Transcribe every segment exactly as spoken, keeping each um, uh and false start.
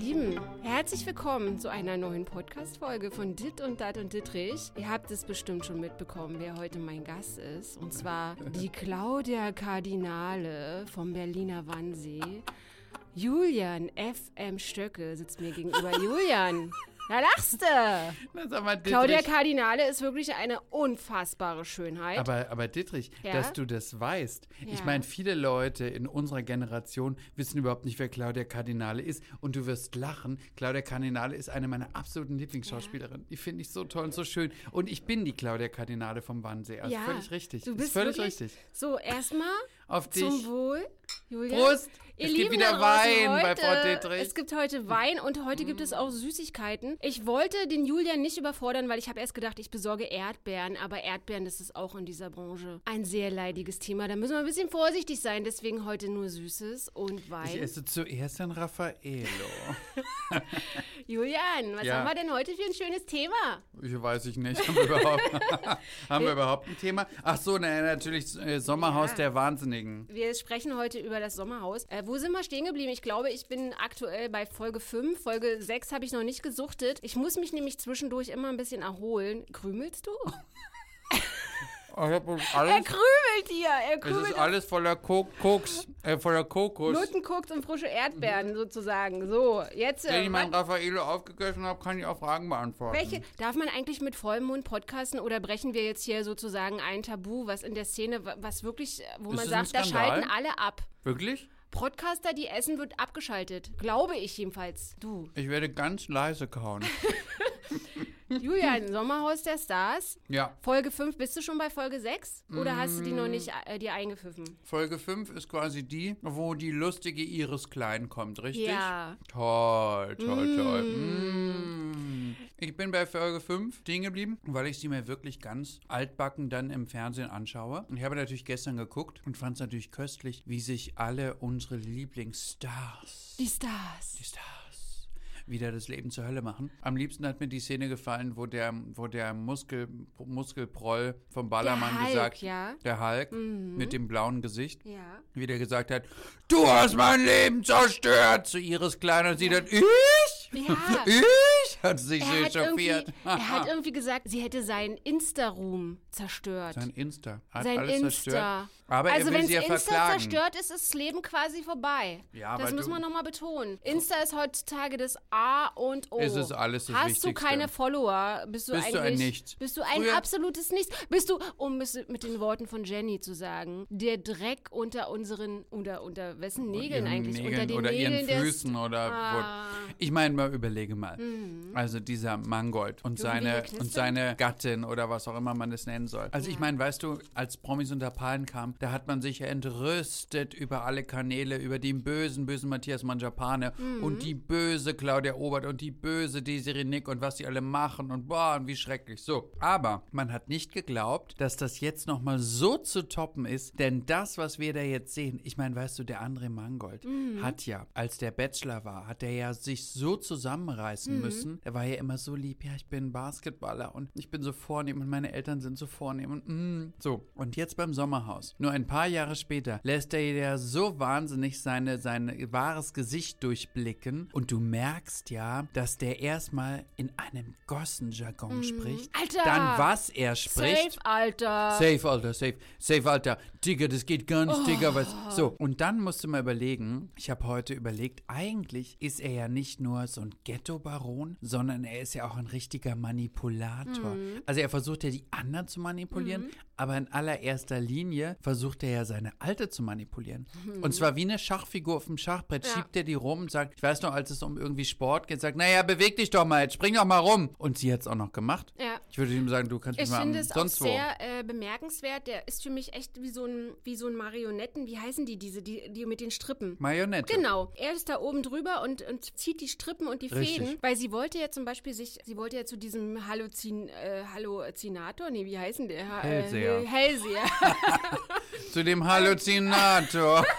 Lieben, herzlich willkommen zu einer neuen Podcast-Folge von Dit und Dat und Dittrich. Ihr habt es bestimmt schon mitbekommen, wer heute mein Gast ist. Und zwar die Claudia Kardinale vom Berliner Wannsee. Julian F M Stöcke sitzt mir gegenüber. Julian, da lachst du. Na, sag mal, Dittrich. Claudia Kardinale ist wirklich eine unfassbare Schönheit. Aber, aber Dittrich, Ja? dass du das weißt. Ja. Ich meine, viele Leute in unserer Generation wissen überhaupt nicht, wer Claudia Kardinale ist. Und du wirst lachen. Claudia Kardinale ist eine meiner absoluten Lieblingsschauspielerinnen. Die finde ich so toll und so schön. Und ich bin die Claudia Kardinale vom Wannsee. Also Ja, völlig richtig. Du Ist bist völlig wirklich, richtig. So, erstmal Auf dich. zum Wohl. Julian. Prost! Ihr Es gibt Lieben wieder da draußen, Wein bei heute, Frau Dittrich. Es gibt heute Wein und heute gibt es auch Süßigkeiten. Ich wollte den Julian nicht überfordern, weil ich habe erst gedacht, ich besorge Erdbeeren. Aber Erdbeeren, das ist auch in dieser Branche ein sehr leidiges Thema. Da müssen wir ein bisschen vorsichtig sein. Deswegen heute nur Süßes und Wein. Ich esse zuerst ein Raffaello. Julian, was Ja. haben wir denn heute für ein schönes Thema? Ich weiß ich nicht. Haben wir überhaupt, haben wir überhaupt ein Thema? Ach so, na, natürlich äh, Sommerhaus Ja. der Wahnsinnigen. Wir sprechen heute über das Sommerhaus. Äh, wo sind wir stehen geblieben? Ich glaube, ich bin aktuell bei Folge fünf. Folge sechs habe ich noch nicht gesuchtet. Ich muss mich nämlich zwischendurch immer ein bisschen erholen. Krümelst du? Oh, ich hab Er alles, krümelt hier. Er es krümelt ist alles voller Ko Koks, äh, voller Kokos. Nutten, Koks und frische Erdbeeren sozusagen. So, jetzt... Wenn ich Äh, meinen was- Raffaello aufgegessen habe, kann ich auch Fragen beantworten. welche, darf man eigentlich mit vollem Mund podcasten oder brechen wir jetzt hier sozusagen ein Tabu, was in der Szene, wa- was wirklich, wo Ist man das ein sagt, da Skandal? schalten alle ab. Wirklich? Podcaster, die essen, wird abgeschaltet. Glaube ich jedenfalls. Du. Ich werde ganz leise kauen. Julian, Sommerhaus der Stars. Ja. Folge fünf, bist du schon bei Folge sechs? Oder hast du die noch nicht äh, dir eingepfiffen? Folge fünf ist quasi die, wo die lustige Iris Klein kommt, richtig? Ja. Toll, toll, toll. Mm. Ich bin bei Folge fünf stehen geblieben, weil ich sie mir wirklich ganz altbacken dann im Fernsehen anschaue. Und ich habe natürlich gestern geguckt und fand es natürlich köstlich, wie sich alle unsere Lieblingsstars, Die Stars. die Stars, wieder das Leben zur Hölle machen. Am liebsten hat mir die Szene gefallen, wo der, wo der Muskel, Muskelproll vom Ballermann Der Hulk, gesagt, ja. der Hulk mit dem blauen Gesicht, Ja. wie der gesagt hat, du hast mein Leben zerstört, zu Iris Klein, und sie dann, ich? Ja. Ich? Hat sich Er so hat, irgendwie, chauffiert. er hat irgendwie gesagt, sie hätte seinen Insta-Ruhm zerstört. Sein Insta. Hat Sein alles Insta. zerstört. Aber also er will wenn sie ja Insta verklagen. zerstört ist, ist das Leben quasi vorbei. Ja, das aber muss du- man nochmal betonen. Insta ist heutzutage das A und O. Es ist alles das Hast Wichtigste. du keine Follower, bist du Bist eigentlich... du ein Nichts. Bist du ein Früher- absolutes Nichts. Bist du, um es mit den Worten von Jenny zu sagen, der Dreck unter unseren, unter, unter wessen Nägeln ihren eigentlich? Nägeln unter den oder Nägeln ihren des- Füßen oder Ah. wo. Ich meine, mal überlege mal. Also dieser Mangold und Irgendwie seine geknistert? und seine Gattin oder was auch immer man es nennen soll. Also ich meine, weißt du, als Promis unter Palmen kam, da hat man sich ja entrüstet über alle Kanäle, über den bösen, bösen Matthias Mangiapane und die böse Claudia Obert und die böse Desiree Nick und was die alle machen und boah, und wie schrecklich. So, aber man hat nicht geglaubt, dass das jetzt nochmal so zu toppen ist, denn das, was wir da jetzt sehen, ich meine, weißt du, der André Mangold hat ja, als der Bachelor war, hat er ja sich so zusammenreißen müssen. Er war ja immer so lieb, ja, ich bin Basketballer und ich bin so vornehm und meine Eltern sind so vornehm und mm. so. Und jetzt beim Sommerhaus, nur ein paar Jahre später, lässt er ja so wahnsinnig seine, sein wahres Gesicht durchblicken und du merkst ja, dass der erstmal in einem Gossenjargon spricht. Alter! Dann was er spricht. Safe, Alter. Safe, Alter, safe. Safe, Alter. Digga, das geht ganz, Oh. Digga, was. So, und dann musst du mal überlegen, ich habe heute überlegt, eigentlich ist er ja nicht nur so ein Ghetto-Baron, sondern er ist ja auch ein richtiger Manipulator. Mhm. Also er versucht ja die anderen zu manipulieren, aber in allererster Linie versucht er ja seine Alte zu manipulieren. Und zwar wie eine Schachfigur auf dem Schachbrett, Ja. schiebt er die rum und sagt, ich weiß noch, als es um irgendwie Sport geht, sagt, naja, beweg dich doch mal, jetzt spring doch mal rum. Und sie hat es auch noch gemacht. Ja. Ich würde ihm sagen, du kannst mich Ich mal finde am- es auch sonst wo. sehr äh, bemerkenswert. Der ist für mich echt wie so ein, wie so ein Marionetten. Wie heißen die, diese, die, die mit den Strippen? Marionette. Genau. Er ist da oben drüber und, und zieht die Strippen und die Richtig. Fäden. Weil sie wollte ja zum Beispiel sich, sie wollte ja zu diesem Halluzin, äh, Halluzinator, nee, wie heißen der? Ha- Hellseher. Äh, Hellseher. Zu dem Halluzinator.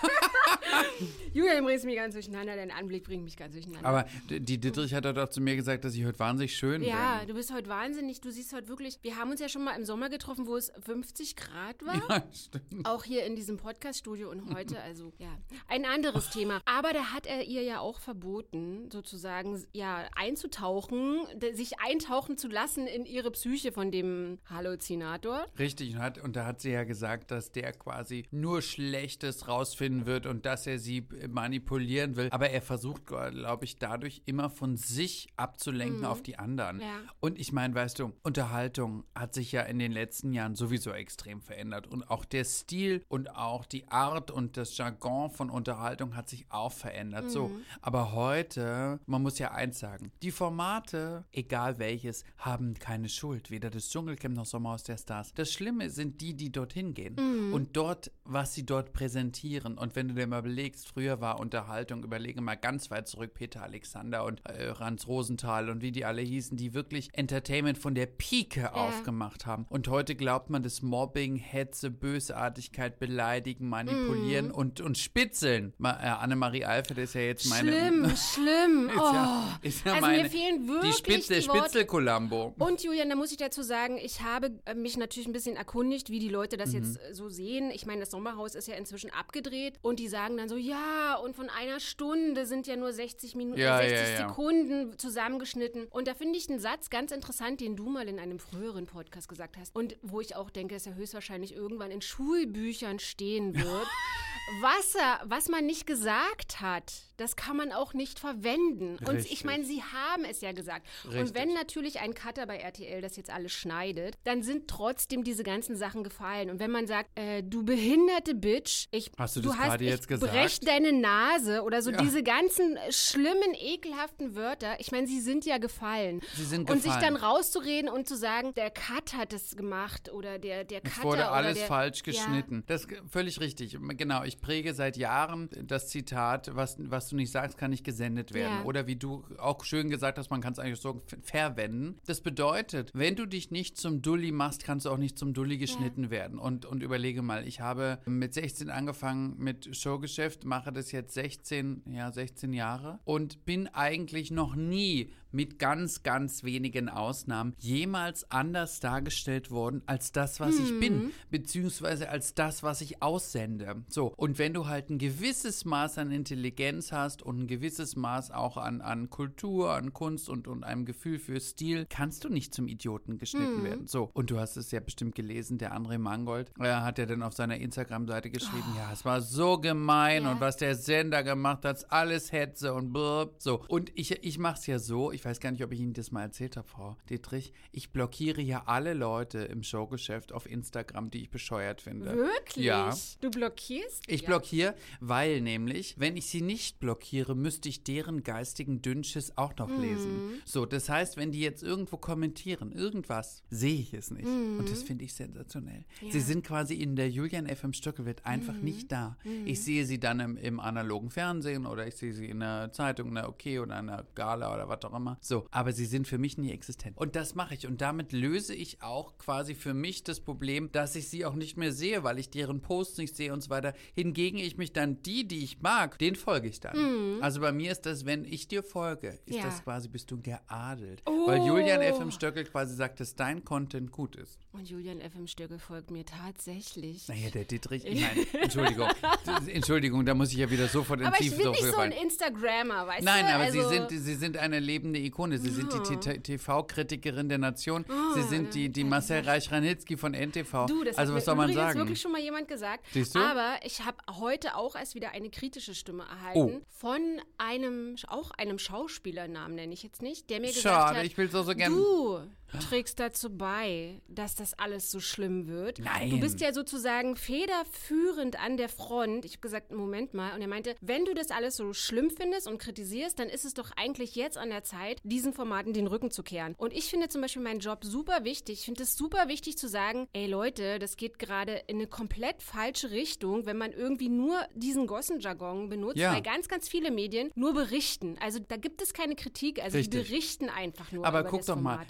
Julian, bringst mich ganz durcheinander, dein Anblick bringt mich ganz durcheinander. Aber die Dittrich hat doch zu mir gesagt, dass ich heute wahnsinnig schön bin. Ja, du bist heute wahnsinnig, du siehst heute wirklich, wir haben uns ja schon mal im Sommer getroffen, wo es fünfzig Grad war. Ja, stimmt. Auch hier in diesem Podcast-Studio und heute, also ja, ein anderes Thema. Aber da hat er ihr ja auch verboten, sozusagen, ja, einzutauchen, sich eintauchen zu lassen in ihre Psyche von dem Halluzinator. Richtig, und, hat, und da hat sie ja gesagt, dass der quasi nur Schlechtes rausfinden wird und dass er sie manipulieren will. Aber er versucht, glaube ich, dadurch immer von sich abzulenken mhm. auf die anderen. Ja. Und ich meine, weißt du, Unterhaltung hat sich ja in den letzten Jahren sowieso extrem verändert. Und auch der Stil und auch die Art und das Jargon von Unterhaltung hat sich auch verändert. Mhm. So, aber heute, man muss ja eins sagen, die Formate, egal welches, haben keine Schuld. Weder das Dschungelcamp noch Sommerhaus der Stars. Das Schlimme sind die, die dorthin gehen. Mhm. Und dort, was sie dort präsentieren. Und wenn du dir mal überlegst, früher war Unterhaltung, überlege mal ganz weit zurück, Peter Alexander und äh, Franz Rosenthal und wie die alle hießen, die wirklich Entertainment von der Pike ja. aufgemacht haben. Und heute glaubt man, dass Mobbing, Hetze, Bösartigkeit, Beleidigen, Manipulieren mm. und, und Spitzeln. Ma, äh, Annemarie Alfred ist ja jetzt meine... Schlimm, schlimm. ist oh. ja, ist ja also meine, mir fehlen wirklich die Spitze, die Worte. Spitzel-Columbo. Und Julian, da muss ich dazu sagen, ich habe mich natürlich ein bisschen erkundigt, wie die Leute das mhm. jetzt so sehen. Ich meine, das Sommerhaus ist ja inzwischen abgedreht und die sagen dann so, ja, und von einer Stunde sind ja nur sechzig Minuten, ja, sechzig ja, ja. Sekunden zusammengeschnitten. Und da finde ich einen Satz ganz interessant, den du mal in einem früheren Podcast gesagt hast und wo ich auch denke, dass er höchstwahrscheinlich irgendwann in Schulbüchern stehen wird. Was, er, was man nicht gesagt hat, das kann man auch nicht verwenden. Und Richtig. ich meine, sie haben es ja gesagt. Richtig. Und wenn natürlich ein Cutter bei R T L das jetzt alles schneidet, dann sind trotzdem diese ganzen Sachen gefallen. Und wenn man sagt, äh, du behinderte Bitch, ich, hast du das du hast, gerade jetzt ich gesagt? brech deine Nase oder so ja. diese ganzen schlimmen, ekelhaften Wörter, ich meine, sie sind ja gefallen. Sie sind und gefallen. sich dann rauszureden und zu sagen, der Cut hat es gemacht oder der, der Cutter. Es wurde alles oder der, falsch geschnitten. Ja. Das ist völlig richtig. Genau, ich präge seit Jahren das Zitat, was, was du nicht sagst, kann nicht gesendet werden. Ja. Oder wie du auch schön gesagt hast, man kann es eigentlich so verwenden. Das bedeutet, wenn du dich nicht zum Dulli machst, kannst du auch nicht zum Dulli geschnitten ja. werden. Und, und überlege mal, ich habe mit sechzehn angefangen mit Showgeschäft, mache das jetzt sechzehn, ja, sechzehn Jahre und bin eigentlich noch nie mit ganz, ganz wenigen Ausnahmen jemals anders dargestellt worden als das, was hm. ich bin, beziehungsweise als das, was ich aussende. So, und wenn du halt ein gewisses Maß an Intelligenz hast und ein gewisses Maß auch an, an Kultur, an Kunst und, und einem Gefühl für Stil, kannst du nicht zum Idioten geschnitten hm. werden. So, und du hast es ja bestimmt gelesen, der André Mangold, er hat ja dann auf seiner Instagram-Seite geschrieben, oh. ja, es war so gemein ja. und was der Sender gemacht hat, alles Hetze und blub, so. Und ich, ich mach's ja so, ich weiß gar nicht, ob ich Ihnen das mal erzählt habe, Frau Dittrich, ich blockiere ja alle Leute im Showgeschäft auf Instagram, die ich bescheuert finde. Wirklich? Ja. Du blockierst? Ich ja. blockiere, weil nämlich, wenn ich sie nicht blockiere, müsste ich deren geistigen Dünnschiss auch noch mhm. lesen. So, das heißt, wenn die jetzt irgendwo kommentieren, irgendwas, sehe ich es nicht. Mhm. Und das finde ich sensationell. Ja. Sie sind quasi in der Julian F M Stöckelwelt einfach mhm. nicht da. Mhm. Ich sehe sie dann im, im analogen Fernsehen oder ich sehe sie in einer Zeitung, in einer OK oder einer Gala oder was auch immer. So, aber sie sind für mich nie existent. Und das mache ich. Und damit löse ich auch quasi für mich das Problem, dass ich sie auch nicht mehr sehe, weil ich deren Posts nicht sehe und so weiter. Hingegen ich mich dann, die, die ich mag, denen folge ich dann. Mhm. Also bei mir ist das, wenn ich dir folge, ist ja. das quasi, bist du geadelt. Oh. Weil Julian F M Stöckel quasi sagt, dass dein Content gut ist. Und Julian F M Stöckel folgt mir tatsächlich. Naja, der Dittrich, ich meine, Entschuldigung, Entschuldigung, da muss ich ja wieder sofort ins Tief. Aber ich bin nicht so ein Instagrammer, weißt Nein, du? aber also sie, sind, sie sind eine lebende Ikone. Sie sind die T V-Kritikerin der Nation. Oh, sie sind die, die Marcel Reich-Ranitzky von N T V. Du, das also hat was soll man übrigens sagen? wirklich schon mal jemand gesagt. Siehst du? Aber ich habe heute auch erst wieder eine kritische Stimme erhalten oh. von einem, auch einem Schauspielernamen nenne ich jetzt nicht, der mir gesagt Schade, hat, ich will so so gerne. Du trägst dazu bei, dass das alles so schlimm wird. Nein. Du bist ja sozusagen federführend an der Front. Ich habe gesagt, Moment mal. Und er meinte, wenn du das alles so schlimm findest und kritisierst, dann ist es doch eigentlich jetzt an der Zeit, diesen Formaten den Rücken zu kehren. Und ich finde zum Beispiel meinen Job super wichtig. Ich finde es super wichtig zu sagen, ey Leute, das geht gerade in eine komplett falsche Richtung, wenn man irgendwie nur diesen Gossenjargon benutzt, ja. weil ganz, ganz viele Medien nur berichten. Also da gibt es keine Kritik, also Richtig. die berichten einfach nur Aber über guck das doch Format. mal, wenn du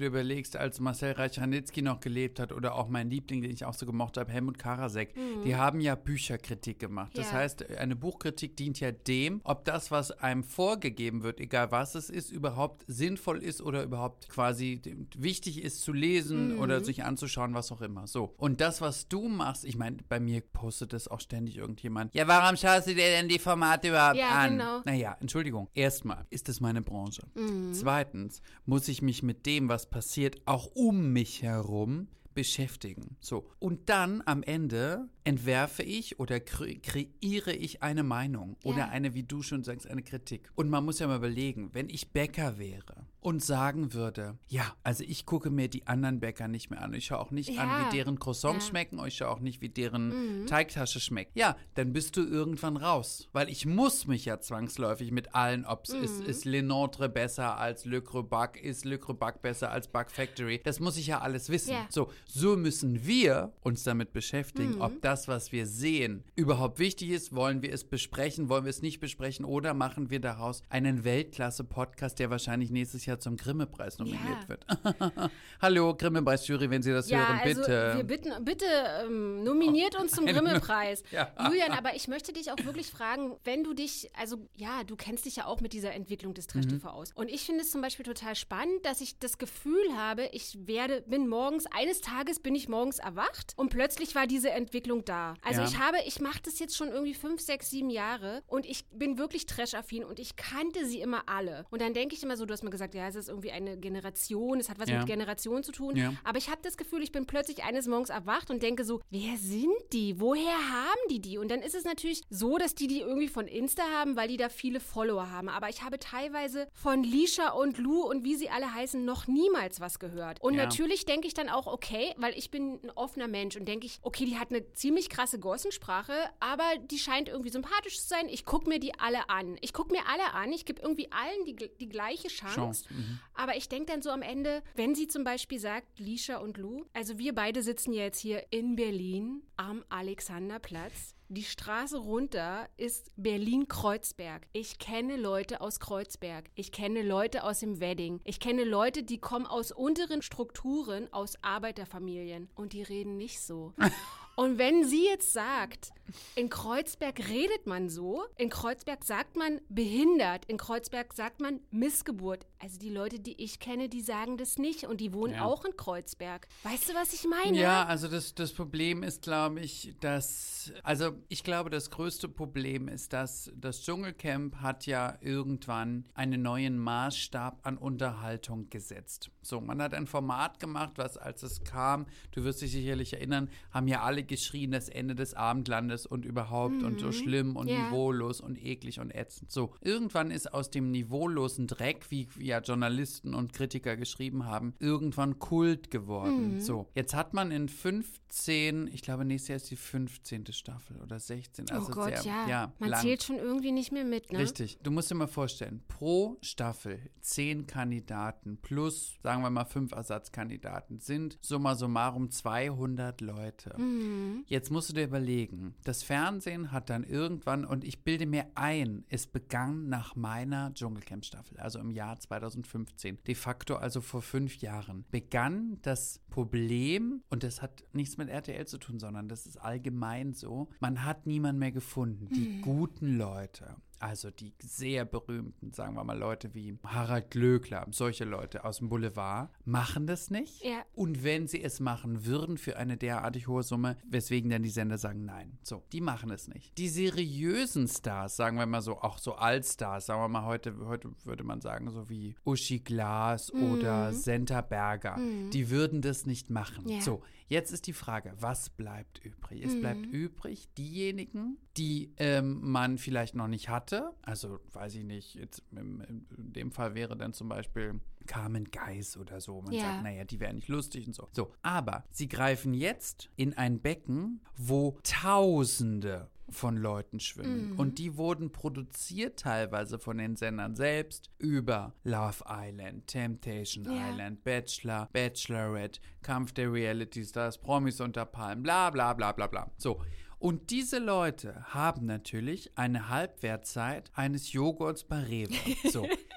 du überlegst, als Marcel Reich-Ranitzky noch gelebt hat oder auch mein Liebling, den ich auch so gemocht habe, Helmut Karasek, mhm. die haben ja Bücherkritik gemacht. Das ja. heißt, eine Buchkritik dient ja dem, ob das, was einem vorgegeben wird, egal was es ist, überhaupt sinnvoll ist oder überhaupt quasi wichtig ist zu lesen mhm. oder sich anzuschauen, was auch immer. So. Und das, was du machst, ich meine, bei mir postet das auch ständig irgendjemand. Ja, warum schaust du dir denn die Formate überhaupt ja, an? Genau. Naja, Entschuldigung. Erstmal ist es meine Branche. Mhm. Zweitens muss ich mich mit dem, was passiert, auch um mich herum beschäftigen. So. Und dann am Ende entwerfe ich oder kre- kreiere ich eine Meinung ja. oder eine, wie du schon sagst, eine Kritik. Und man muss ja mal überlegen, wenn ich Bäcker wäre und sagen würde, ja, also ich gucke mir die anderen Bäcker nicht mehr an. Ich schaue auch nicht ja. an, wie deren Croissants ja. schmecken. Ich schaue auch nicht, wie deren mhm. Teigtasche schmeckt. Ja, dann bist du irgendwann raus. Weil ich muss mich ja zwangsläufig mit allen, ob es mhm. ist, ist Le Nôtre besser als Le Crebac, ist Le Crebac besser als Back Factory. Das muss ich ja alles wissen. Ja. So, so müssen wir uns damit beschäftigen, mhm. ob das, was wir sehen, überhaupt wichtig ist. Wollen wir es besprechen, wollen wir es nicht besprechen oder machen wir daraus einen Weltklasse-Podcast, der wahrscheinlich nächstes Jahr zum Grimme-Preis nominiert ja. wird. Hallo, Grimme-Preis-Jury, wenn Sie das ja, hören, also bitte. Wir bitten, bitte ähm, nominiert uns zum Grimme-Preis. Ja. Julian, aber ich möchte dich auch wirklich fragen, wenn du dich, also ja, du kennst dich ja auch mit dieser Entwicklung des Trash-T V mhm. aus. Und ich finde es zum Beispiel total spannend, dass ich das Gefühl habe, ich werde, bin morgens, eines Tages bin ich morgens erwacht und plötzlich war diese Entwicklung da. Also ja. ich habe, ich mache das jetzt schon irgendwie fünf, sechs, sieben Jahre und ich bin wirklich Trash-affin und ich kannte sie immer alle. Und dann denke ich immer so, du hast mir gesagt, ja, es ist irgendwie eine Generation, es hat was ja. mit Generation zu tun. Ja. Aber ich habe das Gefühl, ich bin plötzlich eines Morgens erwacht und denke so, wer sind die? Woher haben die die? Und dann ist es natürlich so, dass die die irgendwie von Insta haben, weil die da viele Follower haben. Aber ich habe teilweise von Lisha und Lou und wie sie alle heißen, noch niemals was gehört. Und ja. natürlich denke ich dann auch, okay, weil ich bin ein offener Mensch und denke ich, okay, die hat eine ziemlich krasse Gossensprache, aber die scheint irgendwie sympathisch zu sein. Ich gucke mir die alle an. Ich gucke mir alle an. Ich gebe irgendwie allen die, die gleiche Chance. Chance. Mhm. Aber ich denke dann so am Ende, wenn sie zum Beispiel sagt, Lisha und Lou, also wir beide sitzen ja jetzt hier in Berlin am Alexanderplatz. Die Straße runter ist Berlin-Kreuzberg. Ich kenne Leute aus Kreuzberg. Ich kenne Leute aus dem Wedding. Ich kenne Leute, die kommen aus unteren Strukturen, aus Arbeiterfamilien. Und die reden nicht so. Und wenn sie jetzt sagt, in Kreuzberg redet man so, in Kreuzberg sagt man behindert, in Kreuzberg sagt man Missgeburt. Also die Leute, die ich kenne, die sagen das nicht und die wohnen ja. auch in Kreuzberg. Weißt du, was ich meine? Ja, also das, das Problem ist, glaube ich, dass, also ich glaube, das größte Problem ist, dass das Dschungelcamp hat ja irgendwann einen neuen Maßstab an Unterhaltung gesetzt. So, man hat ein Format gemacht, was als es kam, du wirst dich sicherlich erinnern, haben ja alle geschrien, das Ende des Abendlandes und überhaupt mhm. und so schlimm und yeah. niveaulos und eklig und ätzend. So, irgendwann ist aus dem niveaulosen Dreck, wie ja Journalisten und Kritiker geschrieben haben, irgendwann Kult geworden. Mhm. So, jetzt hat man in fünfzehn, ich glaube nächstes Jahr ist die fünfzehnte Staffel oder sechzehn. Also oh Gott, sehr, ja. ja. Man lang. zählt schon irgendwie nicht mehr mit, ne? Richtig. Du musst dir mal vorstellen, pro Staffel zehn Kandidaten plus, sagen wir mal, fünf Ersatzkandidaten sind summa summarum zweihundert Leute. Mhm. Jetzt musst du dir überlegen, das Fernsehen hat dann irgendwann, und ich bilde mir ein, es begann nach meiner Dschungelcamp-Staffel, also im Jahr zweitausendfünfzehn, de facto also vor fünf Jahren, begann das Problem, und das hat nichts mit R T L zu tun, sondern das ist allgemein so, man hat niemanden mehr gefunden, die mhm. guten Leute. Also die sehr berühmten, sagen wir mal, Leute wie Harald Glöckler, solche Leute aus dem Boulevard, machen das nicht. Ja. Und wenn sie es machen würden für eine derartig hohe Summe, weswegen dann die Sender sagen, nein. So, die machen es nicht. Die seriösen Stars, sagen wir mal so, auch so Allstars, sagen wir mal, heute, heute würde man sagen, so wie Uschi Glas mhm. oder Senta Berger, mhm. die würden das nicht machen. Ja. So, jetzt ist die Frage, was bleibt übrig? Es mhm. bleibt übrig diejenigen, die ähm, man vielleicht noch nicht hatte. Also, weiß ich nicht, jetzt in, in dem Fall wäre dann zum Beispiel Carmen Geis oder so. Man ja. sagt, naja, die wären nicht lustig und so. So, aber sie greifen jetzt in ein Becken, wo Tausende von Leuten schwimmen. Mhm. Und die wurden produziert teilweise von den Sendern selbst über Love Island, Temptation ja. Island, Bachelor, Bachelorette, Kampf der Reality Stars, Promis unter Palmen, bla bla bla bla bla. So. Und diese Leute haben natürlich eine Halbwertzeit eines Joghurts bei Rewe. So,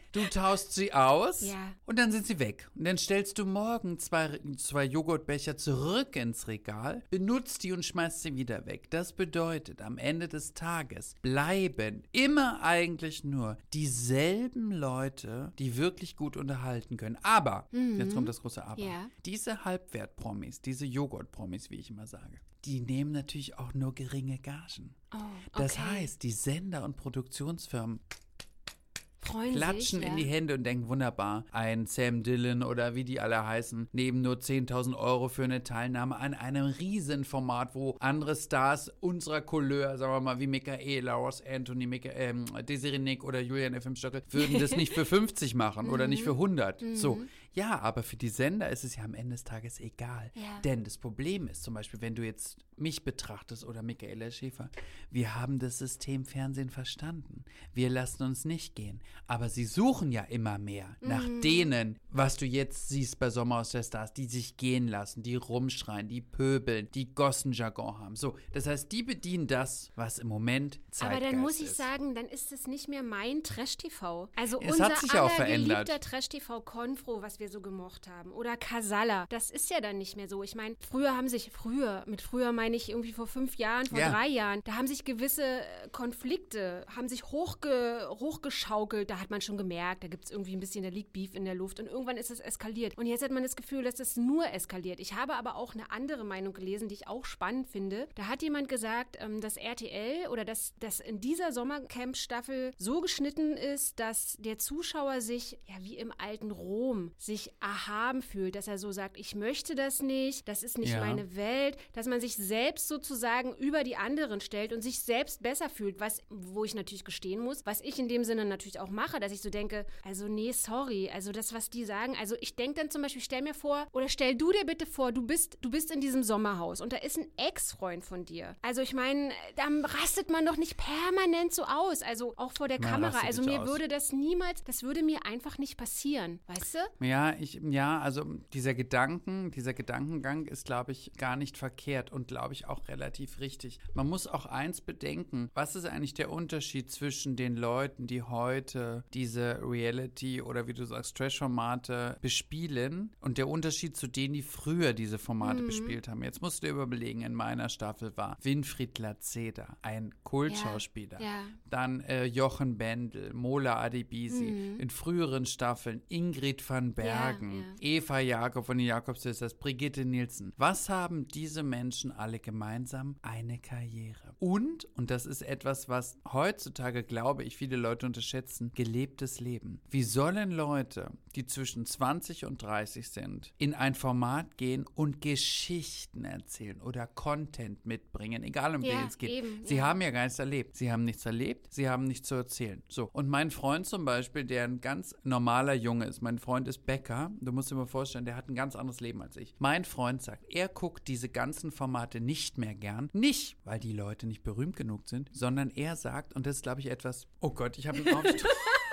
Du tauschst sie aus ja. und dann sind sie weg. Und dann stellst du morgen zwei, zwei Joghurtbecher zurück ins Regal, benutzt die und schmeißt sie wieder weg. Das bedeutet, am Ende des Tages bleiben immer eigentlich nur dieselben Leute, die wirklich gut unterhalten können. Aber, mhm. jetzt kommt das große Aber, ja. diese Halbwert-Promis, diese Joghurt-Promis, wie ich immer sage, die nehmen natürlich auch nur geringe Gagen. Oh, okay. Das heißt, die Sender und Produktionsfirmen Freuen klatschen sich, in ja. die Hände und denken, wunderbar, ein Sam Dillon oder wie die alle heißen, nehmen nur zehntausend Euro für eine Teilnahme an einem Riesenformat, wo andere Stars unserer Couleur, sagen wir mal, wie Michaela, Ross Anthony, Micha- ähm, Desiree Nick oder Julian F M Stöckel, würden das nicht für fünfzig machen oder nicht für hundert. Mhm. So, ja, aber für die Sender ist es ja am Ende des Tages egal. Ja. Denn das Problem ist zum Beispiel, wenn du jetzt mich betrachtest oder Michaela Schäfer, wir haben das System Fernsehen verstanden. Wir lassen uns nicht gehen. Aber sie suchen ja immer mehr mhm. nach denen, was du jetzt siehst bei Sommer aus der Stars, die sich gehen lassen, die rumschreien, die pöbeln, die Gossenjargon haben. So, das heißt, die bedienen das, was im Moment Zeitgeist ist. Aber dann muss ich ist. sagen, dann ist es nicht mehr mein Trash-T V. Also es unser hat sich auch verändert. geliebter Trash-T V Konfro, was wir so gemocht haben. Oder Casalla. Das ist ja dann nicht mehr so. Ich meine, früher haben sich, früher, mit früher meine ich irgendwie vor fünf Jahren, vor ja. drei Jahren, da haben sich gewisse Konflikte, haben sich hochge, hochgeschaukelt. Da hat man schon gemerkt, da gibt es irgendwie ein bisschen, da liegt Beef in der Luft und irgendwann ist es eskaliert. Und jetzt hat man das Gefühl, dass es nur eskaliert. Ich habe aber auch eine andere Meinung gelesen, die ich auch spannend finde. Da hat jemand gesagt, dass R T L oder dass, dass in dieser Sommercamp-Staffel so geschnitten ist, dass der Zuschauer sich, ja wie im alten Rom, sich erhaben fühlt, dass er so sagt, ich möchte das nicht, das ist nicht ja. meine Welt, dass man sich selbst sozusagen über die anderen stellt und sich selbst besser fühlt, was, wo ich natürlich gestehen muss, was ich in dem Sinne natürlich auch mache, dass ich so denke, also nee, sorry, also das, was die sagen, also ich denke dann zum Beispiel, stell mir vor, oder stell du dir bitte vor, du bist, du bist in diesem Sommerhaus und da ist ein Ex-Freund von dir. Also ich meine, da rastet man doch nicht permanent so aus, also auch vor der Man Kamera, also mir aus. würde das niemals, das würde mir einfach nicht passieren, weißt du? Ja, ich, ja, also dieser Gedanken, dieser Gedankengang ist, glaube ich, gar nicht verkehrt und, glaube ich, auch relativ richtig. Man muss auch eins bedenken, was ist eigentlich der Unterschied zwischen den Leuten, die heute diese Reality- oder wie du sagst, Trash-Formate bespielen und der Unterschied zu denen, die früher diese Formate mhm. bespielt haben. Jetzt musst du dir überlegen, in meiner Staffel war Winfried Glatzeder, ein Kultschauspieler. Ja, ja. Dann äh, Jochen Bendel, Mola Adebisi, mhm. in früheren Staffeln Ingrid van Bergen, ja, ja. Eva Jakob von den Jakobs-Sisters, Brigitte Nielsen. Was haben diese Menschen alle gemeinsam? Eine Karriere. Und, und das ist etwas, was heutzutage, glaube ich, viele Leute unterschätzen, gelebtes Leben. Wie sollen Leute, die zwischen zwanzig und dreißig sind, in ein Format gehen und Geschichten erzählen oder Content mitbringen, egal um ja, wen es geht. Eben, sie ja. haben ja gar nichts erlebt. Sie haben nichts erlebt, sie haben nichts zu erzählen. So. Und mein Freund zum Beispiel, der ein ganz normaler Junge ist, mein Freund ist Bäcker, du musst dir mal vorstellen, der hat ein ganz anderes Leben als ich. Mein Freund sagt, er guckt diese ganzen Formate nicht mehr gern. Nicht, weil die Leute nicht berühmt genug sind, sondern er sagt, und das ist, glaube ich, etwas, oh Gott, ich habe einen Aufstoß.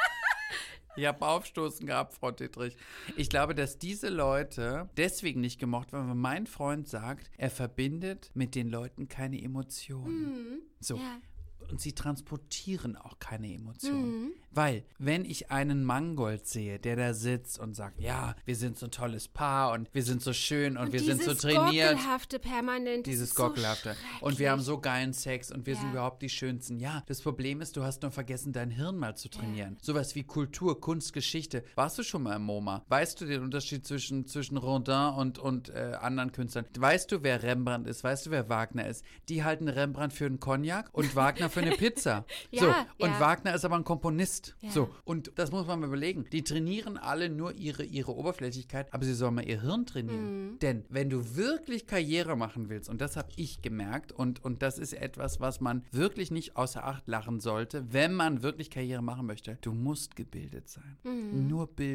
Ich habe Aufstoßen gehabt, Frau Dittrich. Ich glaube, dass diese Leute deswegen nicht gemocht werden, weil mein Freund sagt, er verbindet mit den Leuten keine Emotionen. Mhm. So. Ja. Und sie transportieren auch keine Emotionen. Mhm. Weil, wenn ich einen Mangold sehe, der da sitzt und sagt, ja, wir sind so ein tolles Paar und wir sind so schön und, und wir sind so trainiert. Dieses Gockelhafte permanent. Dieses ist Gockelhafte. So und wir haben so geilen Sex und wir ja. sind überhaupt die Schönsten. Ja, das Problem ist, du hast nur vergessen, dein Hirn mal zu trainieren. Ja. Sowas wie Kultur, Kunst, Geschichte. Warst du schon mal im MoMA? Weißt du den Unterschied zwischen, zwischen Rodin und, und äh, anderen Künstlern? Weißt du, wer Rembrandt ist? Weißt du, wer Wagner ist? Die halten Rembrandt für einen Cognac und Wagner für eine Pizza. ja, so, und ja. Wagner ist aber ein Komponist. Ja. So, und das muss man mal überlegen. Die trainieren alle nur ihre, ihre Oberflächlichkeit, aber sie sollen mal ihr Hirn trainieren. Mhm. Denn wenn du wirklich Karriere machen willst, und das habe ich gemerkt, und, und das ist etwas, was man wirklich nicht außer Acht lachen sollte, wenn man wirklich Karriere machen möchte, du musst gebildet sein. Mhm. Nur Bildung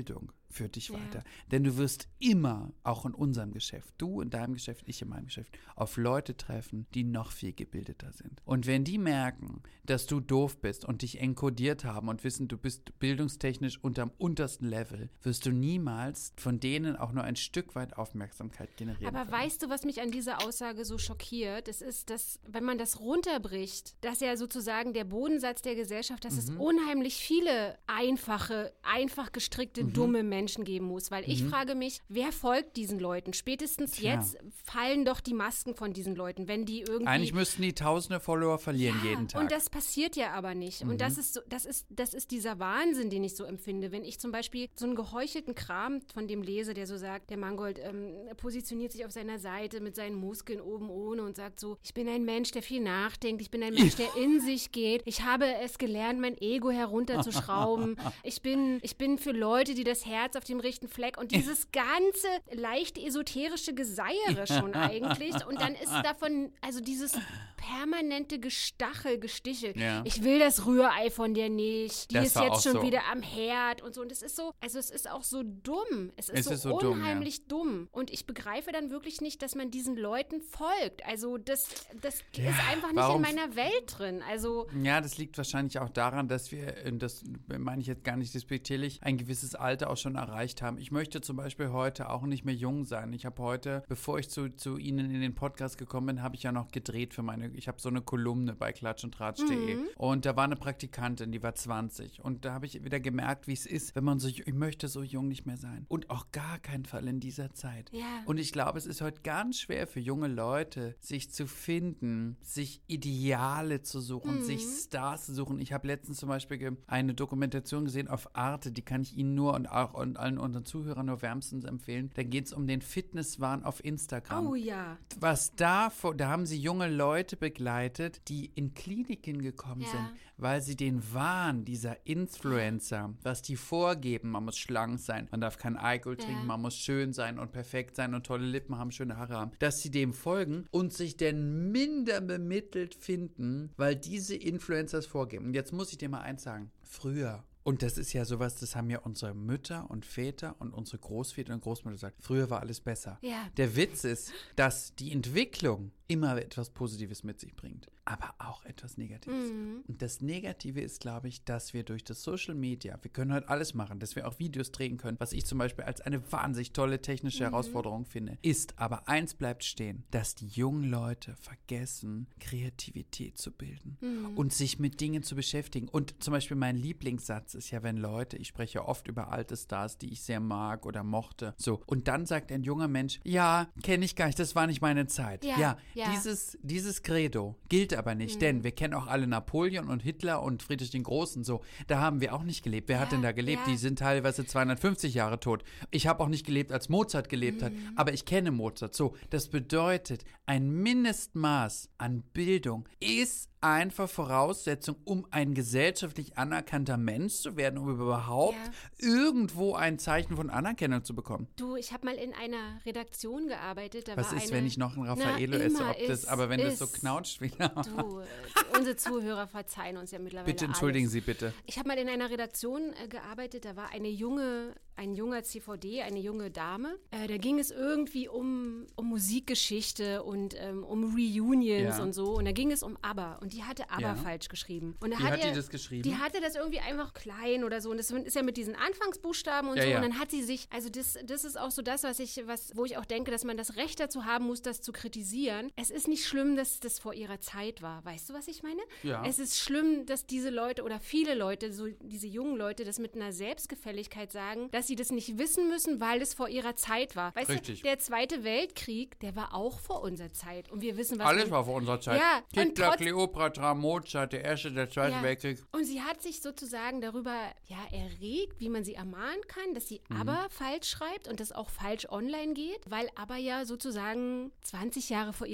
führt dich Ja. weiter. Denn du wirst immer, auch in unserem Geschäft, du in deinem Geschäft, ich in meinem Geschäft, auf Leute treffen, die noch viel gebildeter sind. Und wenn die merken, dass du doof bist und dich enkodiert haben und wissen, du bist bildungstechnisch unterm untersten Level, wirst du niemals von denen auch nur ein Stück weit Aufmerksamkeit generieren Aber können. weißt du, was mich an dieser Aussage so schockiert? Es ist, dass, wenn man das runterbricht, dass ja sozusagen der Bodensatz der Gesellschaft, dass es unheimlich viele einfache, einfach gestrickte, dumme Menschen geben muss. Weil ich frage mich, wer folgt diesen Leuten? Spätestens Tja. jetzt fallen doch die Masken von diesen Leuten, wenn die irgendwie... Eigentlich müssten die tausende Follower verlieren Ja, jeden Tag. Und das passiert ja aber nicht. Und das ist, so, das, ist, das ist dieser Wahnsinn, den ich so empfinde. Wenn ich zum Beispiel so einen geheuchelten Kram von dem lese, der so sagt, der Mangold ähm, positioniert sich auf seiner Seite mit seinen Muskeln oben ohne und sagt so, ich bin ein Mensch, der viel nachdenkt, ich bin ein Mensch, der in sich geht. Ich habe es gelernt, mein Ego herunterzuschrauben. Ich bin, ich bin für Leute, die das Herz auf dem richtigen Fleck und dieses ganze leicht esoterische Geseiere schon eigentlich. Und dann ist davon, also dieses permanente Gestachel, Gestichel. Ja. Ich will das Rührei von dir nicht. Die Das ist war jetzt auch schon so. wieder am Herd und so. Und es ist so, also es ist auch so dumm. Es ist, Es so, ist so dumm, unheimlich dumm. Und ich begreife dann wirklich nicht, dass man diesen Leuten folgt. Also das, das Ja, ist einfach nicht warum- in meiner Welt drin. Also Ja, das liegt wahrscheinlich auch daran, dass wir, und das meine ich jetzt gar nicht despektierlich, ein gewisses Alter auch schon erreicht haben. Ich möchte zum Beispiel heute auch nicht mehr jung sein. Ich habe heute, bevor ich zu, zu Ihnen in den Podcast gekommen bin, habe ich ja noch gedreht für meine, ich habe so eine Kolumne bei klatsch und tratsch punkt de. Und da war eine Praktikantin, die war zwanzig. Und da habe ich wieder gemerkt, wie es ist, wenn man so, ich möchte so jung nicht mehr sein. Und auch gar keinen Fall in dieser Zeit. Ja. Und ich glaube, es ist heute ganz schwer für junge Leute, sich zu finden, sich Ideale zu suchen, sich Stars zu suchen. Ich habe letztens zum Beispiel ge- eine Dokumentation gesehen auf Arte, die kann ich Ihnen nur und auch und allen unseren Zuhörern nur wärmstens empfehlen. Da geht es um den Fitnesswahn auf Instagram. oh ja. Was da, vor- da haben sie junge Leute begleitet, die in Kliniken gekommen Ja. sind, weil sie den Wahn dieser Influencer, was die vorgeben, man muss schlank sein, man darf kein Alkohol Ja. trinken, man muss schön sein und perfekt sein und tolle Lippen haben, schöne Haare haben, dass sie dem folgen und sich denn minder bemittelt finden, weil diese Influencer es vorgeben. Und jetzt muss ich dir mal eins sagen, früher, und das ist ja sowas, das haben ja unsere Mütter und Väter und unsere Großväter und Großmutter gesagt, früher war alles besser. Ja. Der Witz ist, dass die Entwicklung immer etwas Positives mit sich bringt, aber auch etwas Negatives. Mhm. Und das Negative ist, glaube ich, dass wir durch das Social Media, wir können heute alles machen, dass wir auch Videos drehen können, was ich zum Beispiel als eine wahnsinnig tolle technische Mhm. Herausforderung finde, ist, aber eins bleibt stehen, dass die jungen Leute vergessen, Kreativität zu bilden Mhm. und sich mit Dingen zu beschäftigen. Und zum Beispiel mein Lieblingssatz ist ja, wenn Leute, ich spreche oft über alte Stars, die ich sehr mag oder mochte, so, und dann sagt ein junger Mensch, ja, kenne ich gar nicht, das war nicht meine Zeit. Ja, ja, ja. Dieses, dieses Credo gilt aber nicht, Mhm. denn wir kennen auch alle Napoleon und Hitler und Friedrich den Großen, so, da haben wir auch nicht gelebt. Wer hat Ja, denn da gelebt? ja. Die sind teilweise zweihundertfünfzig Jahre tot. Ich habe auch nicht gelebt, als Mozart gelebt hat, Mhm. aber ich kenne Mozart. So, das bedeutet, ein Mindestmaß an Bildung ist einfach Voraussetzung, um ein gesellschaftlich anerkannter Mensch zu werden, um überhaupt Ja. irgendwo ein Zeichen von Anerkennung zu bekommen. Du, ich habe mal in einer Redaktion gearbeitet. Da Was war ist, eine, wenn ich noch ein Raffaello Na, esse? immer Ob das, ist- aber wenn das so ist- knautscht wieder. Du, äh, unsere Zuhörer verzeihen uns ja mittlerweile Bitte entschuldigen alles. Sie bitte. Ich habe mal in einer Redaktion äh, gearbeitet, da war eine junge, ein junger C V D, eine junge Dame. Äh, da ging es irgendwie um, um Musikgeschichte und ähm, um Reunions Ja. und so. Und da ging es um ABBA. Und die hatte ABBA Ja. falsch geschrieben. Und da Wie hat die ihr- das geschrieben? Die hatte das irgendwie einfach klein oder so. Und das ist ja mit diesen Anfangsbuchstaben und Ja, so. ja. Und dann hat sie sich, also das, das ist auch so das, was ich, was, wo ich auch denke, dass man das Recht dazu haben muss, das zu kritisieren. Es ist nicht schlimm, dass das vor ihrer Zeit war. Weißt du, was ich meine? Ja. Es ist schlimm, dass diese Leute oder viele Leute, so diese jungen Leute, das mit einer Selbstgefälligkeit sagen, dass sie das nicht wissen müssen, weil es vor ihrer Zeit war. Weißt Richtig. du, der Zweite Weltkrieg, der war auch vor unserer Zeit. Und wir wissen, was Alles man- war vor unserer Zeit. Ja, und Hitler, trotz- Kleopatra, Mozart, der Erste, der Zweite Ja. Weltkrieg. Und sie hat sich sozusagen darüber ja, erregt, wie man sie ermahnen kann, dass sie Mhm. aber falsch schreibt und das auch falsch online geht, weil aber ja sozusagen zwanzig Jahre vor ihrer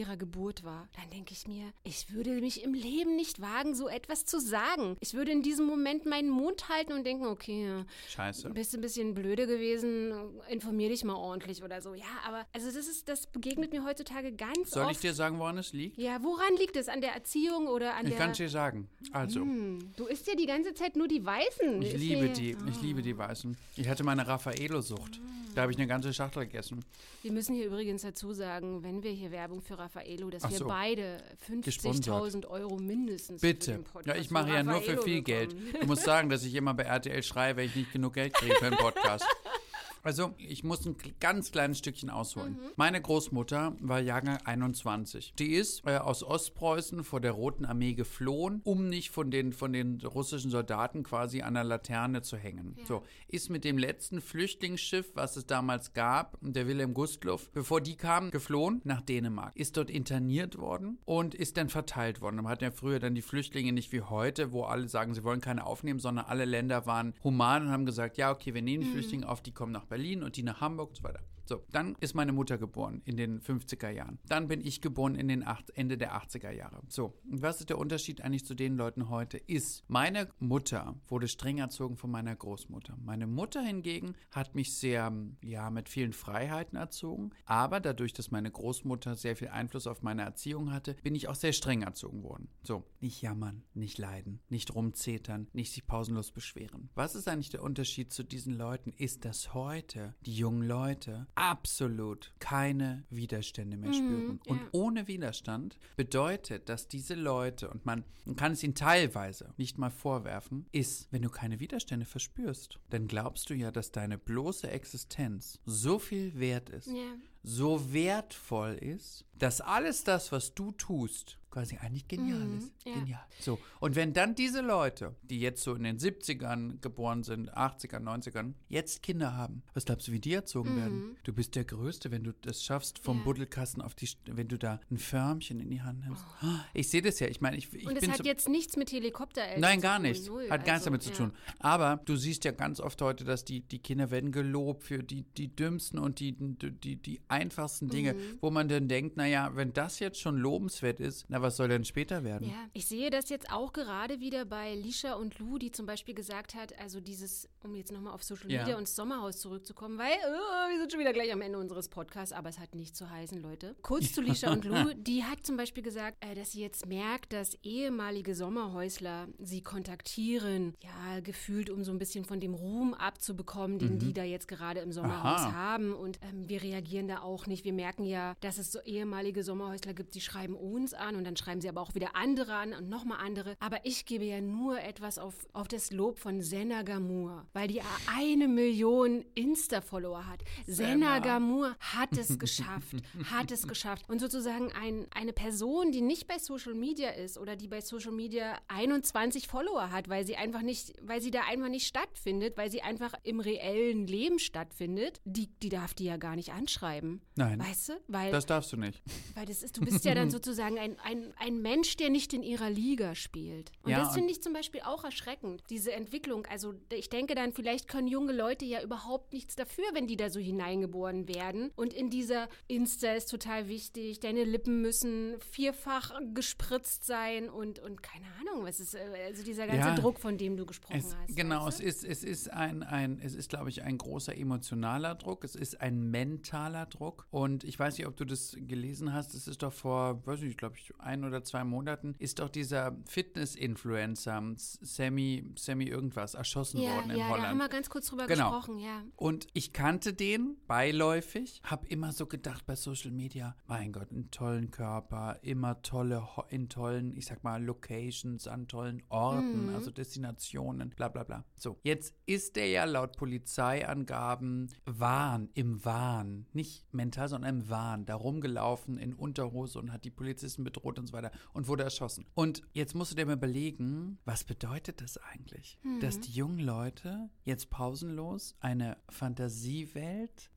ihrer Geburt war, dann denke ich mir, ich würde mich im Leben nicht wagen, so etwas zu sagen. Ich würde in diesem Moment meinen Mund halten und denken, okay, Scheiße. bist du ein bisschen blöde gewesen, informier dich mal ordentlich oder so. Ja, aber also das ist, das begegnet mir heutzutage ganz Soll oft. ich dir sagen, woran es liegt? Ja, woran liegt es? An der Erziehung oder an Ich der... kann es dir sagen. Also, Hm, du isst ja die ganze Zeit nur die Weißen. ich Ist liebe dir- die, ich liebe die Weißen. Ich hatte meine Raffaello-Sucht. Da habe ich eine ganze Schachtel gegessen. Wir müssen hier übrigens dazu sagen, wenn wir hier Werbung für Raffaello, dass Ach wir so. beide fünfzigtausend Euro mindestens für Bitte. den Podcast Ja, ich mache von ja nur für Raffaello viel Geld. bekommen. Du musst sagen, dass ich immer bei R T L schreie, wenn ich nicht genug Geld kriege für einen Podcast. Also, ich muss ein ganz kleines Stückchen ausholen. Mhm. Meine Großmutter war Jahrgang einundzwanzig. Die ist äh, aus Ostpreußen vor der Roten Armee geflohen, um nicht von den, von den russischen Soldaten quasi an der Laterne zu hängen. Ja. So, ist mit dem letzten Flüchtlingsschiff, was es damals gab, der Wilhelm Gustloff, bevor die kamen, geflohen nach Dänemark. Ist dort interniert worden und ist dann verteilt worden. Man hat ja früher dann die Flüchtlinge nicht wie heute, wo alle sagen, sie wollen keine aufnehmen, sondern alle Länder waren human und haben gesagt, ja, okay, wir nehmen die Flüchtlinge auf, die kommen nach Berlin und die nach Hamburg und so weiter. So, dann ist meine Mutter geboren in den fünfziger Jahren. Dann bin ich geboren in den acht, Ende der achtziger Jahre. So, und was ist der Unterschied eigentlich zu den Leuten heute? Ist, meine Mutter wurde streng erzogen von meiner Großmutter. Meine Mutter hingegen hat mich sehr, ja, mit vielen Freiheiten erzogen. Aber dadurch, dass meine Großmutter sehr viel Einfluss auf meine Erziehung hatte, bin ich auch sehr streng erzogen worden. So, nicht jammern, nicht leiden, nicht rumzetern, nicht sich pausenlos beschweren. Was ist eigentlich der Unterschied zu diesen Leuten? Ist, dass heute die jungen Leute absolut keine Widerstände mehr spüren. ja. Und ohne Widerstand bedeutet, dass diese Leute, und man, man kann es ihnen teilweise nicht mal vorwerfen, ist, wenn du keine Widerstände verspürst, dann glaubst du ja, dass deine bloße Existenz so viel wert ist, Ja. so wertvoll ist, dass alles das, was du tust, quasi eigentlich genial Mhm, ist. ja. Genial. So. Und wenn dann diese Leute, die jetzt so in den siebzigern geboren sind, achtzigern, neunzigern, jetzt Kinder haben, was glaubst du, wie die erzogen werden? Du bist der Größte, wenn du das schaffst, vom Ja. Buddelkasten auf die, St- wenn du da ein Förmchen in die Hand nimmst. Ich sehe das ja. Ich meine, ich, ich Und es bin hat so, jetzt nichts mit Helikoptereltern Nein, zu gar tun. nicht. Null. Hat gar nichts Also, damit zu ja. tun. Aber du siehst ja ganz oft heute, dass die, die Kinder werden gelobt für die, die dümmsten und die, die, die, die einfachsten Dinge, Mhm. wo man dann denkt, naja, wenn das jetzt schon lobenswert ist, na, was soll denn später werden? Ja, ich sehe das jetzt auch gerade wieder bei Lisha und Lou, die zum Beispiel gesagt hat, also dieses, um jetzt nochmal auf Social Ja. Media und das Sommerhaus zurückzukommen, weil äh, wir sind schon wieder gleich am Ende unseres Podcasts, aber es hat nicht zu heißen, Leute. Kurz zu Lisha und Lou, die hat zum Beispiel gesagt, äh, dass sie jetzt merkt, dass ehemalige Sommerhäusler sie kontaktieren, ja, gefühlt, um so ein bisschen von dem Ruhm abzubekommen, den die da jetzt gerade im Sommerhaus Aha. haben. Und ähm, wir reagieren da auch nicht. Wir merken ja, dass es so ehemalige Sommerhäusler gibt, die schreiben uns an und dann schreiben sie aber auch wieder andere an und nochmal andere. Aber ich gebe ja nur etwas auf, auf das Lob von Senna Gamur, weil die eine Million Insta-Follower hat. Senna Gamur hat es geschafft, hat es geschafft. Und sozusagen ein, eine Person, die nicht bei Social Media ist oder die bei Social Media einundzwanzig Follower hat, weil sie einfach nicht, weil sie da einfach nicht stattfindet, weil sie einfach im reellen Leben stattfindet, die, die darf die ja gar nicht anschreiben. Nein. Weißt du? Weil Das darfst du nicht. weil das ist, du bist ja dann sozusagen ein, ein, ein Mensch, der nicht in ihrer Liga spielt. Und Ja, das und- finde ich zum Beispiel auch erschreckend, diese Entwicklung. Also ich denke dann, vielleicht können junge Leute ja überhaupt nichts dafür, wenn die da so hineingeboren werden. Und in dieser Insta ist total wichtig, deine Lippen müssen vierfach gespritzt sein und, und keine Ahnung, was ist, äh, also dieser ganze Ja. Druck, von dem du gesprochen Es, hast. genau, weißt es du? ist, es ist ein, ein, es ist, glaube ich, ein großer emotionaler Druck. Es ist ein mentaler Druck. Und ich weiß nicht, ob du das gelesen hast. Es ist doch vor, weiß nicht, glaube ich, ein oder zwei Monaten ist doch dieser Fitness-Influencer Sammy, Sammy irgendwas erschossen Ja, worden in ja, Holland. da haben wir ganz kurz drüber Genau. gesprochen, ja. Und ich kannte den beiläufig, habe immer so gedacht bei Social Media, mein Gott, einen tollen Körper, immer tolle, Ho- in tollen, ich sag mal, Locations, an tollen Orten, also Destinationen, bla bla bla. So, jetzt ist der ja laut Polizeiangaben Wahn, im Wahn, nicht mental, sondern im Wahn, da rumgelaufen in Unterhose und hat die Polizisten bedroht und so weiter und wurde erschossen. Und jetzt musst du dir mal überlegen, was bedeutet das eigentlich? Dass die jungen Leute jetzt pausenlos eine Fantasiewelt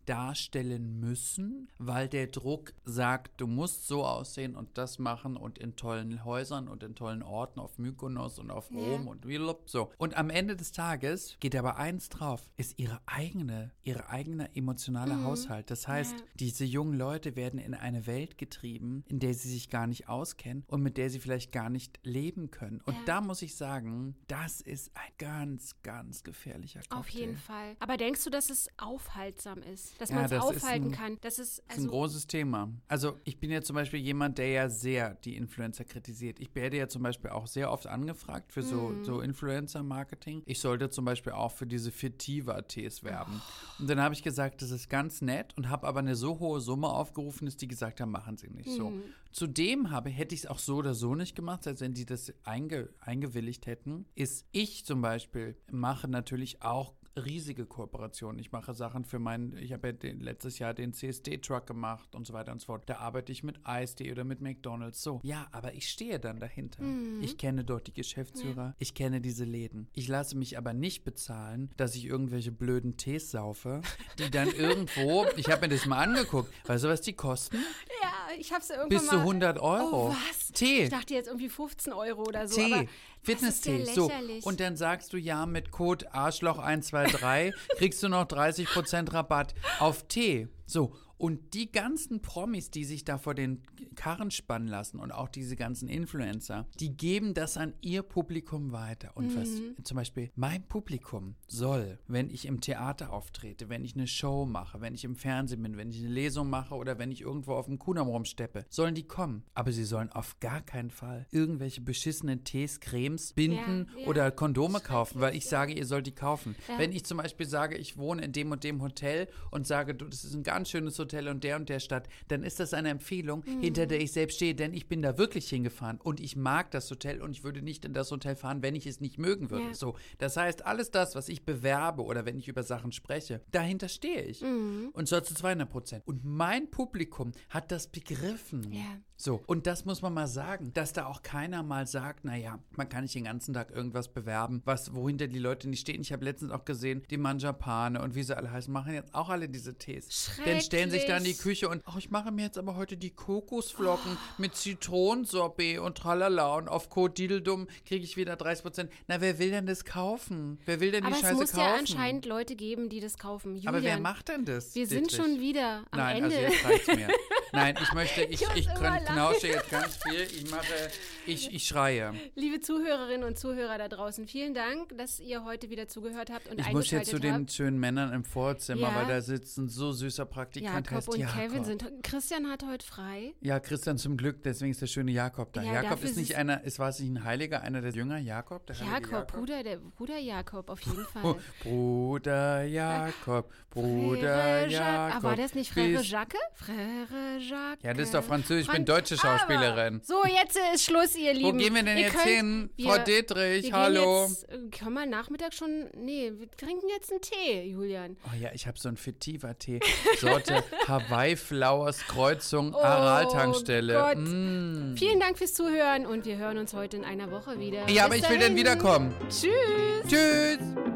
darstellen müssen, weil der Druck sagt, du musst so aussehen und das machen und in tollen Häusern und in tollen Orten auf Mykonos und auf Rom ja. und wie so. Und am Ende des Tages geht aber eins drauf, ist ihre eigene, ihre eigene emotionale mhm. Haushalt. Das heißt, ja. diese jungen Leute werden in eine Welt getrieben, in der sie sich gar nicht auskennen und mit der sie vielleicht gar nicht leben können. Und ja. da muss ich sagen, das ist ein ganz, ganz gefährlicher Cocktail. Auf jeden Fall. Aber denkst du, dass es aufhaltsam ist? Dass ja, man es aufhalten ein, kann? Das ist, also ist ein großes Thema. Also ich bin ja zum Beispiel jemand, der ja sehr die Influencer kritisiert. Ich werde ja zum Beispiel auch sehr oft angefragt für so, mm. so Influencer-Marketing. Ich sollte zum Beispiel auch für diese Fetiva-Tees werben. Oh. Und dann habe ich gesagt, das ist ganz nett und habe aber eine so hohe Summe aufgerufen, dass die gesagt haben, machen sie nicht mm. so. Zudem habe, hätte ich es auch so oder so nicht gemacht, als wenn die das einge, eingewilligt hätten, ist ich zum Beispiel mache natürlich auch riesige Kooperationen. Ich mache Sachen für meinen, ich habe ja den, letztes Jahr den C S D-Truck gemacht und so weiter und so fort. Da arbeite ich mit Eis.de oder mit McDonald's. So, ja, aber ich stehe dann dahinter. Mhm. Ich kenne dort die Geschäftsführer, ja. ich kenne diese Läden. Ich lasse mich aber nicht bezahlen, dass ich irgendwelche blöden Tees saufe, die dann irgendwo, ich habe mir das mal angeguckt, weißt du, was die kosten? Ja, ich habe es irgendwann Bis zu hundert Euro. Oh, was? Tee. Ich dachte jetzt irgendwie fünfzehn Euro oder so. Tee. Aber Fitness-Tee. So. Und dann sagst du ja mit Code Arschloch eins zwei drei kriegst du noch dreißig Prozent Rabatt auf Tee. So. Und die ganzen Promis, die sich da vor den Karren spannen lassen und auch diese ganzen Influencer, die geben das an ihr Publikum weiter. Und mhm. was zum Beispiel mein Publikum soll, wenn ich im Theater auftrete, wenn ich eine Show mache, wenn ich im Fernsehen bin, wenn ich eine Lesung mache oder wenn ich irgendwo auf dem Kudamm rumsteppe, sollen die kommen. Aber sie sollen auf gar keinen Fall irgendwelche beschissenen Tees, Cremes, Binden ja, ja. oder Kondome kaufen, weil ich sage, ihr sollt die kaufen. Ja. Wenn ich zum Beispiel sage, ich wohne in dem und dem Hotel und sage, du, das ist ein ganz schönes Hotel, Hotel und der und der Stadt, dann ist das eine Empfehlung, mhm. hinter der ich selbst stehe, denn ich bin da wirklich hingefahren und ich mag das Hotel und ich würde nicht in das Hotel fahren, wenn ich es nicht mögen würde. Ja. So, das heißt, alles das, was ich bewerbe oder wenn ich über Sachen spreche, dahinter stehe ich. Mhm. Und zwar zu zweihundert Prozent. Und mein Publikum hat das begriffen. Ja. So, und das muss man mal sagen, dass da auch keiner mal sagt, naja, man kann nicht den ganzen Tag irgendwas bewerben, was, wohinter die Leute nicht stehen. Ich habe letztens auch gesehen, die Manjapane und wie sie alle heißen, machen jetzt auch alle diese Tees. Dann stellen sich da in die Küche und, ach, ich mache mir jetzt aber heute die Kokosflocken oh. mit Zitronensorbet und tralala und auf Codidildum kriege ich wieder dreißig Prozent. Na, wer will denn das kaufen? Wer will denn aber die Scheiße kaufen? Aber es muss ja anscheinend Leute geben, die das kaufen. Julian, aber wer macht denn das? Wir sind Dietrich? schon wieder am Nein, Ende. Nein, also jetzt reicht's mir. Nein, ich möchte, ich, ich, ich knausche jetzt ganz viel. Ich mache, ich, ich schreie. Liebe Zuhörerinnen und Zuhörer da draußen, vielen Dank, dass ihr heute wieder zugehört habt und ich eingeschaltet habt. Ich muss jetzt zu habt. den schönen Männern im Vorzimmer, ja. weil da sitzt ein so süßer Praktikant. Jakob heißt und Jakob. Kevin sind, Christian hat heute frei. Ja, Christian zum Glück, deswegen ist der schöne Jakob da. Ja, Jakob ist nicht einer, ist war es nicht ein Heiliger, einer der Jünger, Jakob? Der Jakob, Jakob, Bruder, der Bruder Jakob, auf jeden Fall. Bruder Jakob, Bruder Frère Jakob. Aber war das nicht Frère Jacques? Frère Jacques. Ja, das ist doch Französisch, ich bin deutsche Schauspielerin. Aber, so, jetzt ist Schluss, ihr Lieben. Wo gehen wir denn ihr jetzt könnt, hin? Wir, Frau Dietrich, wir hallo. Jetzt, können wir Nachmittag schon, nee, wir trinken jetzt einen Tee, Julian. Oh ja, ich habe so einen Fetiva-Tee, Sorte Hawaii Flowers, Kreuzung, oh Aral-Tankstelle. Gott. Mm. Vielen Dank fürs Zuhören und wir hören uns heute in einer Woche wieder. Ja, aber Bis ich will dahin. dann wiederkommen. Tschüss. Tschüss.